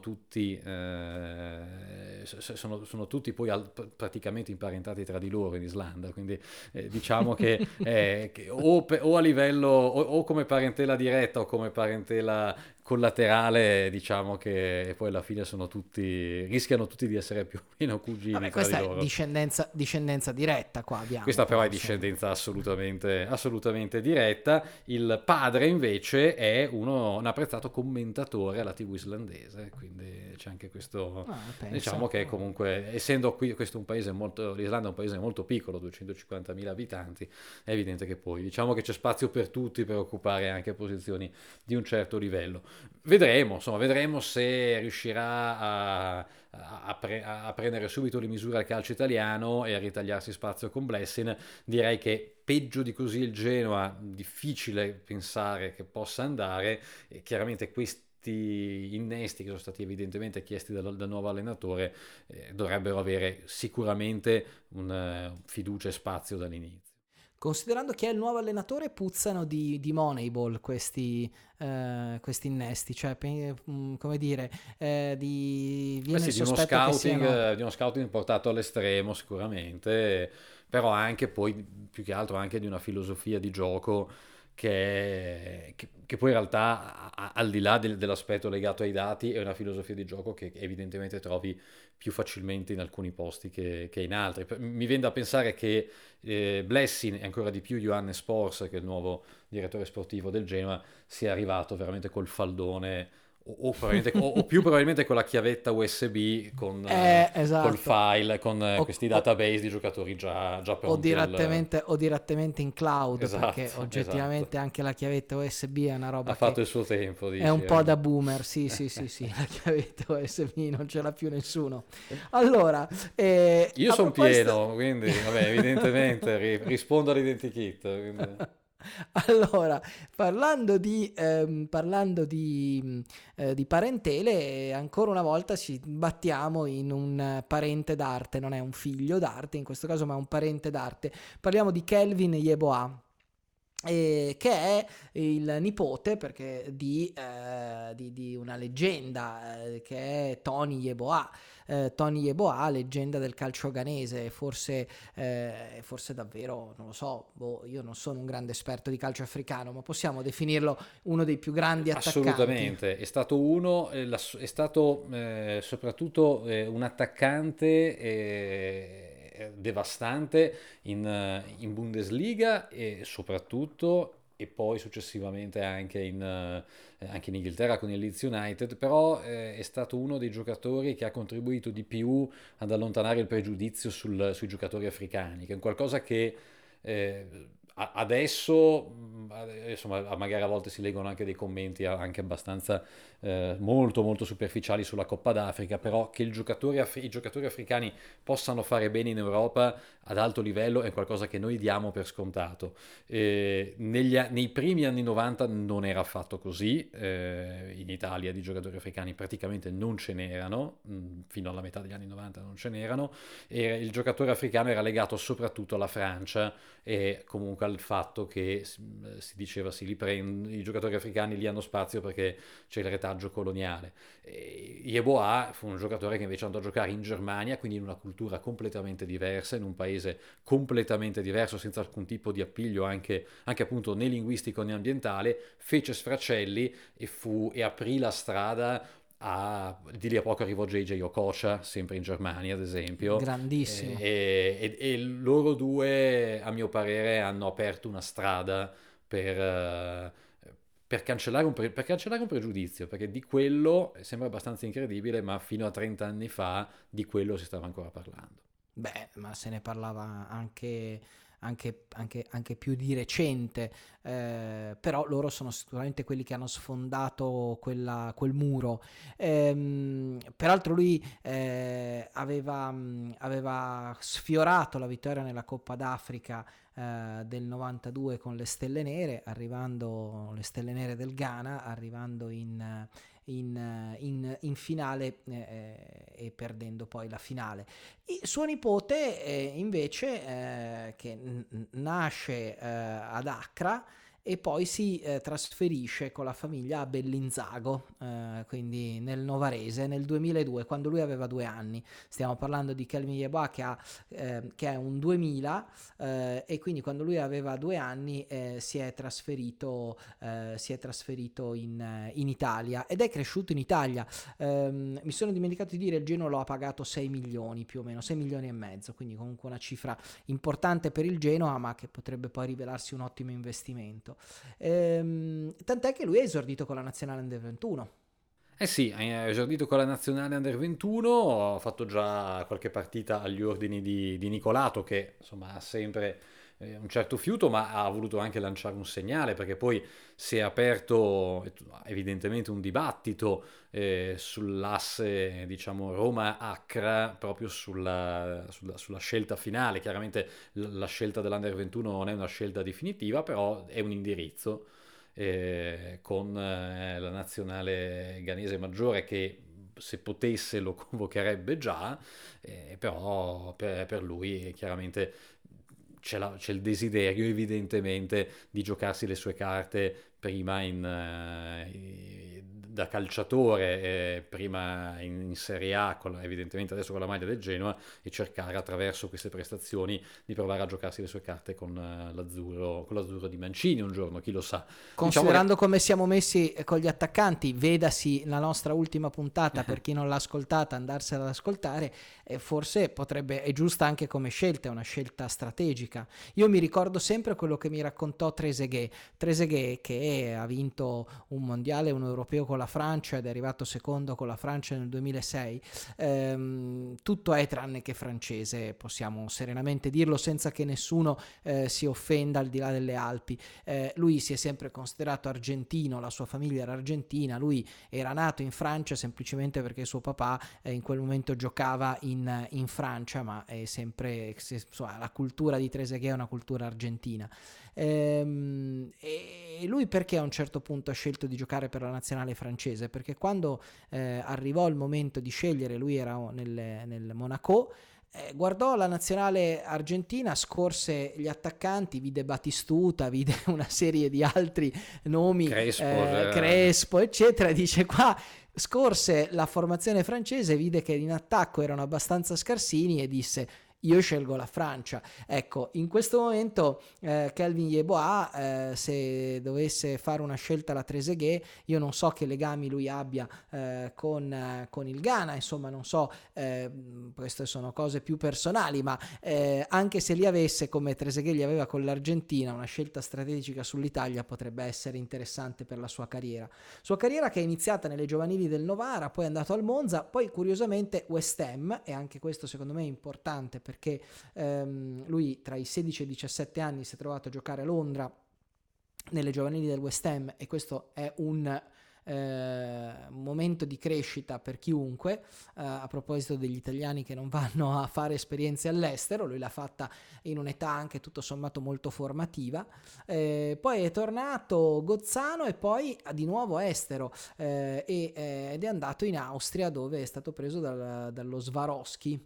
sono tutti poi praticamente imparentati tra di loro in Islanda, quindi diciamo che o a livello o come parentela diretta o come parentela collaterale, diciamo che poi alla fine rischiano tutti di essere più o meno cugini Vabbè, tra di questa è loro. discendenza diretta qua abbiamo, Questa però è insomma. discendenza assolutamente diretta. Il padre invece è un apprezzato commentatore alla TV islandese, quindi c'è anche questo, Ah, diciamo pensa. che comunque, essendo qui questo un paese l'Islanda è un paese molto piccolo, 250.000 abitanti, è evidente che poi diciamo che c'è spazio per tutti per occupare anche posizioni di un certo livello. Vedremo se riuscirà a prendere subito le misure al calcio italiano e a ritagliarsi spazio con Blessing. Direi che peggio di così il Genoa, difficile pensare che possa andare, e chiaramente questi innesti che sono stati evidentemente chiesti dal nuovo allenatore dovrebbero avere sicuramente fiducia e spazio dall'inizio. Considerando che è il nuovo allenatore, puzzano di Moneyball questi innesti, cioè, come dire, Eh viene sì, il sospetto che siano... di uno scouting portato all'estremo sicuramente, però anche poi più che altro anche di una filosofia di gioco che poi in realtà al di là dell'aspetto legato ai dati è una filosofia di gioco che evidentemente trovi più facilmente in alcuni posti che in altri. Mi viene da pensare che Blessing e ancora di più Johannes Spors, che è il nuovo direttore sportivo del Genoa, sia arrivato veramente col faldone o più probabilmente con la chiavetta USB col Esatto. file, con O, questi o- database di giocatori già pronti o direttamente in cloud, perché Esatto, esatto. oggettivamente anche la chiavetta USB è una Ha roba che fatto il suo tempo, è dici, un po' eh? da boomer. Sì, sì, sì, sì, la chiavetta USB non ce l'ha più nessuno. Allora, Io a sono proposito... pieno, quindi vabbè, evidentemente rispondo all'identikit. Quindi. Allora, parlando di parentele, ancora una volta ci battiamo in un parente d'arte, non è un figlio d'arte in questo caso, ma un parente d'arte. Parliamo di Kelvin Yeboah. Che è il nipote perché di una leggenda che è Tony Yeboah. Tony Yeboah, leggenda del calcio ghanese, forse davvero, non lo so, io non sono un grande esperto di calcio africano, ma possiamo definirlo uno dei più grandi attaccanti. Assolutamente, è stato è stato soprattutto un attaccante devastante in Bundesliga e soprattutto e poi successivamente anche in Inghilterra con il Leeds United, però è stato uno dei giocatori che ha contribuito di più ad allontanare il pregiudizio sui giocatori africani, che è un qualcosa che eh, adesso, insomma, magari a volte si leggono anche dei commenti anche abbastanza molto molto superficiali sulla Coppa d'Africa, però che i giocatori africani possano fare bene in Europa ad alto livello è qualcosa che noi diamo per scontato. Nei primi anni 90 non era affatto così, in Italia di giocatori africani praticamente non ce n'erano, fino alla metà degli anni 90 non ce n'erano, e il giocatore africano era legato soprattutto alla Francia e comunque al fatto che si diceva i giocatori africani li hanno spazio perché c'è il retaggio coloniale. Yeboah fu un giocatore che invece andò a giocare in Germania, quindi in una cultura completamente diversa, in un paese completamente diverso, senza alcun tipo di appiglio anche appunto né linguistico né ambientale, fece sfracelli e aprì la strada di lì a poco arrivò JJ Okocha, sempre in Germania ad esempio, Grandissimo. e loro due, a mio parere, hanno aperto una strada per, eh, per cancellare un pregiudizio, perché di quello sembra abbastanza incredibile, ma fino a 30 anni fa di quello si stava ancora parlando. Beh, ma se ne parlava anche più di recente, però loro sono sicuramente quelli che hanno sfondato quel muro. Peraltro lui aveva sfiorato la vittoria nella Coppa d'Africa del 92 con le Stelle Nere, arrivando le Stelle Nere del Ghana, arrivando in finale e perdendo poi la finale. Suo nipote invece che nasce ad Accra e poi si trasferisce con la famiglia a Bellinzago, quindi nel Novarese, nel 2002, quando lui aveva 2 anni. Stiamo parlando di Kelvin Yeboah che è un 2000, e quindi quando lui aveva 2 anni si è trasferito in Italia ed è cresciuto in Italia. Mi sono dimenticato di dire, il Genoa lo ha pagato 6 milioni più o meno, 6 milioni e mezzo, quindi comunque una cifra importante per il Genoa, ma che potrebbe poi rivelarsi un ottimo investimento. Tant'è che lui è esordito con la nazionale Under 21. Eh sì, ha esordito con la nazionale Under 21, ha fatto già qualche partita agli ordini di Nicolato, che insomma ha sempre un certo fiuto, ma ha voluto anche lanciare un segnale, perché poi si è aperto evidentemente un dibattito sull'asse, diciamo, Roma-Accra, proprio sulla scelta finale. Chiaramente la scelta dell'Under 21 non è una scelta definitiva, però è un indirizzo con la nazionale ghanese maggiore che se potesse lo convocherebbe già, però per lui chiaramente c'è il desiderio evidentemente di giocarsi le sue carte prima da calciatore, prima in Serie A, evidentemente adesso con la maglia del Genoa, e cercare attraverso queste prestazioni di provare a giocarsi le sue carte con l'azzurro di Mancini un giorno, chi lo sa. Considerando come siamo messi con gli attaccanti, vedasi la nostra ultima puntata, per chi non l'ha ascoltata andarsela ad ascoltare, forse è giusta anche come scelta, è una scelta strategica. Io mi ricordo sempre quello che mi raccontò Trezeguet, che ha vinto un mondiale e un europeo con la Francia ed è arrivato secondo con la Francia nel 2006. Tutto è tranne che francese, possiamo serenamente dirlo senza che nessuno si offenda al di là delle Alpi. Lui si è sempre considerato argentino, la sua famiglia era argentina, lui era nato in Francia semplicemente perché suo papà in quel momento giocava in Francia, ma è sempre, insomma, la cultura di Trezeguet è una cultura argentina. E lui perché a un certo punto ha scelto di giocare per la nazionale francese? Perché quando arrivò il momento di scegliere, lui era nel Monaco, guardò la nazionale argentina, scorse gli attaccanti, vide Batistuta, vide una serie di altri nomi, Crespo eccetera, dice qua, scorse la formazione francese, vide che in attacco erano abbastanza scarsini e disse: io scelgo la Francia. Ecco, in questo momento Kelvin Yeboah, se dovesse fare una scelta alla Trezeguet, io non so che legami lui abbia con il Ghana, insomma non so, queste sono cose più personali, ma anche se li avesse, come Trezeguet li aveva con l'Argentina, una scelta strategica sull'Italia potrebbe essere interessante per la sua carriera che è iniziata nelle giovanili del Novara, poi è andato al Monza, poi curiosamente West Ham, e anche questo secondo me è importante perché lui tra i 16 e i 17 anni si è trovato a giocare a Londra nelle giovanili del West Ham, e questo è un momento di crescita per chiunque. A proposito degli italiani che non vanno a fare esperienze all'estero, lui l'ha fatta in un'età anche tutto sommato molto formativa, poi è tornato Gozzano e poi di nuovo estero, ed è andato in Austria, dove è stato preso dallo Swarovski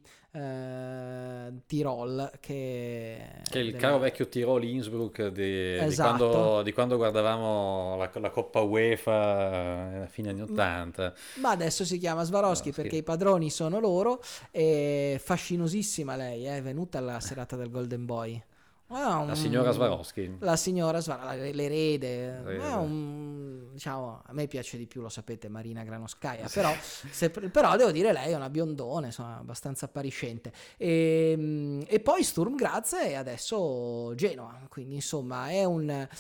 Tirol, che è il caro vecchio Tirol Innsbruck esatto. di quando guardavamo la Coppa UEFA a fine anni 80. Ma adesso si chiama Swarovski perché i padroni sono loro. E fascinosissima lei, è venuta alla serata del Golden Boy. La signora Swarovski. La signora Swarovski, l'erede. Diciamo, a me piace di più, lo sapete, Marina Granovskaia, però devo dire lei è una biondona, insomma, abbastanza appariscente. E poi Sturm Graz e adesso Genoa, quindi insomma è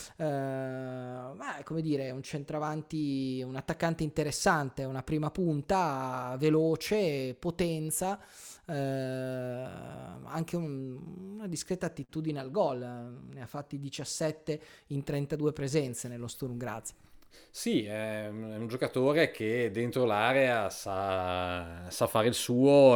come dire, un centravanti, un attaccante interessante, una prima punta veloce, potenza. anche una discreta attitudine al gol, ne ha fatti 17 in 32 presenze nello Sturm Graz. Sì, è un giocatore che dentro l'area sa fare il suo,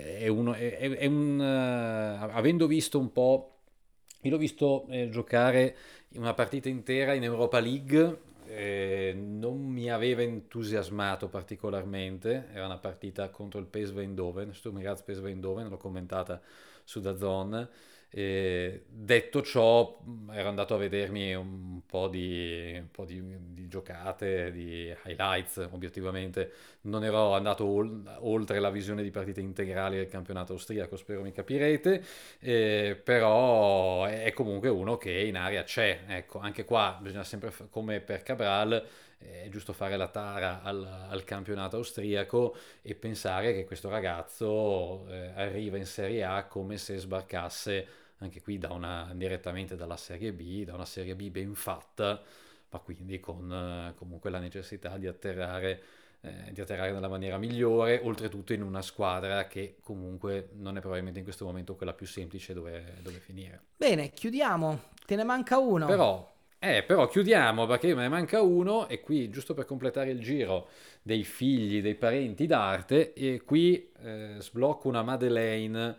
avendo visto un po', io l'ho visto giocare in una partita intera in Europa League, non mi aveva entusiasmato particolarmente, era una partita contro il PSV Eindhoven, Sturm Graz PSV Eindhoven, l'ho commentata su DAZN. Detto ciò, ero andato a vedermi un po' di giocate, di highlights, obiettivamente non ero andato oltre la visione di partite integrali del campionato austriaco, spero mi capirete, però è comunque uno che in area c'è, ecco, anche qua bisogna sempre, come per Cabral, è giusto fare la tara al campionato austriaco e pensare che questo ragazzo arriva in Serie A come se sbarcasse anche qui direttamente dalla Serie B, da una Serie B ben fatta, ma quindi con comunque la necessità di atterrare nella maniera migliore, oltretutto in una squadra che comunque non è probabilmente in questo momento quella più semplice dove finire. Bene, chiudiamo. Te ne manca uno. Però chiudiamo perché me ne manca uno e qui giusto per completare il giro dei figli, dei parenti d'arte e qui sblocco una Madeleine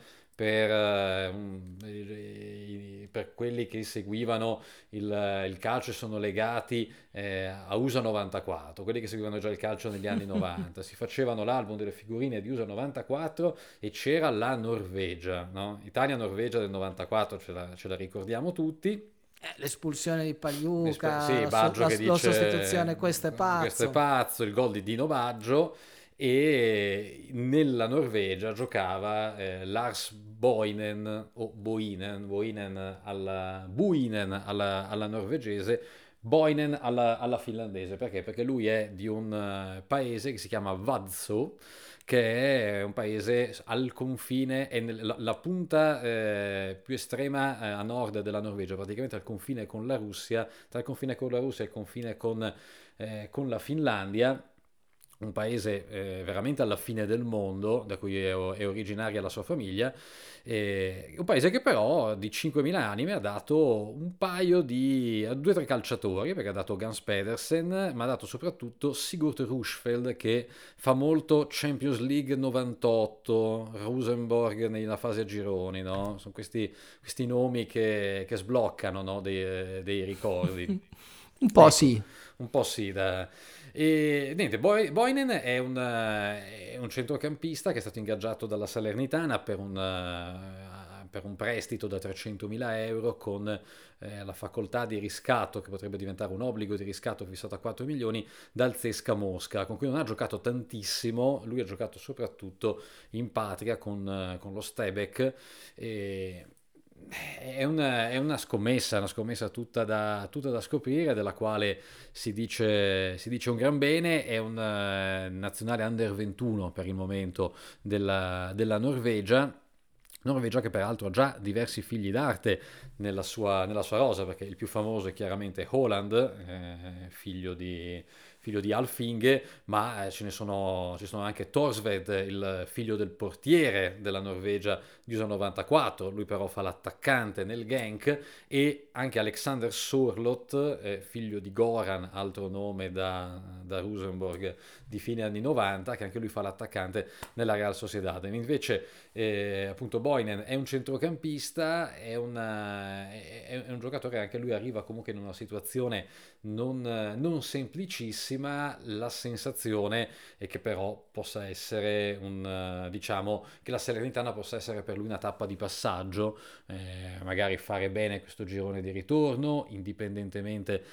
per quelli che seguivano il calcio e sono legati a USA 94, quelli che seguivano già il calcio negli anni 90, si facevano l'album delle figurine di USA 94 e c'era la Norvegia, no? Italia-Norvegia del 94, ce la ricordiamo tutti. L'espulsione di Pagliuca, Sì, Baggio che la dice sostituzione, questo è questo è pazzo. pazzo, il gol di Dino Baggio e nella Norvegia giocava Lars Boinen o Buinen alla norvegese, Boinen alla finlandese. Perché? Perché lui è di un paese che si chiama Vadsø, che è un paese al confine, è la punta più estrema a nord della Norvegia, praticamente al confine con la Russia, tra il confine con la Russia e il confine con la Finlandia, un paese veramente alla fine del mondo, da cui è originaria la sua famiglia, un paese che però di 5.000 anime ha dato un paio di a due o tre calciatori, perché ha dato Gans Pedersen, ma ha dato soprattutto Sigurd Rushfeldt, che fa molto Champions League 98, Rosenborg nella fase a gironi, no? Sono questi nomi che sbloccano, no? dei ricordi. Un po' Ecco, sì. un po' sì. E niente, Boinen è un centrocampista che è stato ingaggiato dalla Salernitana per un prestito da 300.000 euro con la facoltà di riscatto, che potrebbe diventare un obbligo di riscatto fissato a 4 milioni, dal CSKA Mosca, con cui non ha giocato tantissimo. Lui ha giocato soprattutto in patria con lo Stabæk. E è una scommessa tutta da scoprire, della quale si dice un gran bene. È un nazionale under 21 per il momento della Norvegia. Norvegia che peraltro ha già diversi figli d'arte nella sua rosa, perché il più famoso è chiaramente Haaland, figlio di Alf-Inge, ma ci sono anche Thorsved, il figlio del portiere della Norvegia di USA 94, lui però fa l'attaccante nel Genk, e anche Alexander Sorloth, figlio di Goran, altro nome da Rosenborg di fine anni 90, che anche lui fa l'attaccante nella Real Sociedad. Invece appunto Boinen è un centrocampista, è un giocatore, anche lui arriva comunque in una situazione non semplicissima. La sensazione è che però possa essere diciamo che la Salernitana possa essere per lui una tappa di passaggio, magari fare bene questo girone di ritorno, indipendentemente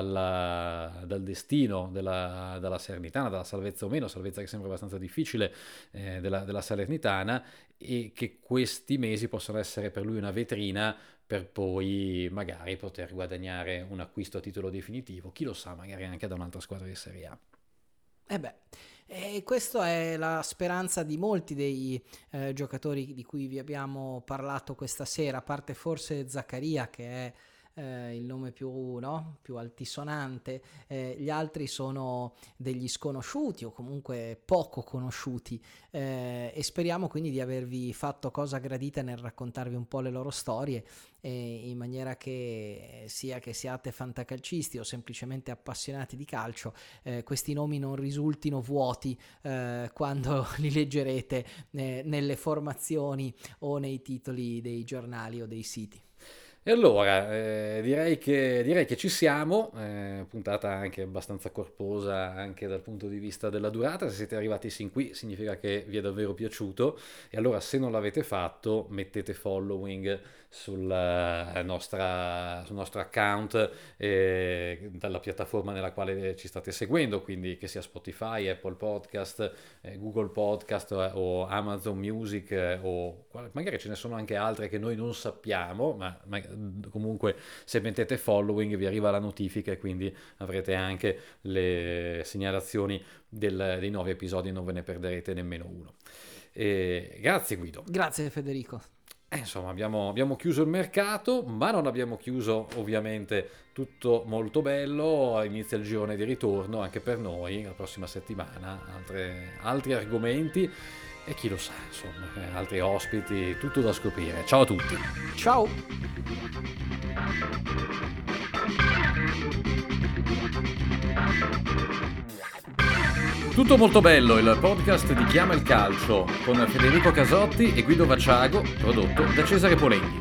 dal destino della Salernitana, dalla salvezza o meno, salvezza che sembra abbastanza difficile, della Salernitana, e che questi mesi possono essere per lui una vetrina per poi magari poter guadagnare un acquisto a titolo definitivo, chi lo sa, magari anche da un'altra squadra di Serie A. E beh, e questa è la speranza di molti dei giocatori di cui vi abbiamo parlato questa sera, a parte forse Zaccaria, che è il nome più, no? più altisonante, gli altri sono degli sconosciuti o comunque poco conosciuti, e speriamo quindi di avervi fatto cosa gradita nel raccontarvi un po' le loro storie, in maniera che sia che siate fantacalcisti o semplicemente appassionati di calcio, questi nomi non risultino vuoti quando li leggerete nelle formazioni o nei titoli dei giornali o dei siti. E allora, direi che ci siamo, puntata anche abbastanza corposa anche dal punto di vista della durata. Se siete arrivati sin qui significa che vi è davvero piaciuto, e allora se non l'avete fatto mettete following sul nostro account, dalla piattaforma nella quale ci state seguendo, quindi che sia Spotify, Apple Podcast, Google Podcast o Amazon Music, o magari ce ne sono anche altre che noi non sappiamo, ma comunque se mettete following vi arriva la notifica e quindi avrete anche le segnalazioni dei nuovi episodi e non ve ne perderete nemmeno uno. Grazie Guido. Grazie Federico. Insomma, abbiamo chiuso il mercato, ma non abbiamo chiuso ovviamente tutto molto bello. Inizia il girone di ritorno anche per noi la prossima settimana, altri argomenti e chi lo sa, insomma, altri ospiti, tutto da scoprire. Ciao a tutti. Ciao. Tutto molto bello, il podcast di Chiama il Calcio con Federico Casotti e Guido Vacciago, prodotto da Cesare Polenghi.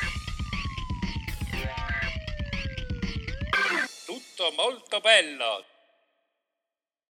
Tutto molto bello.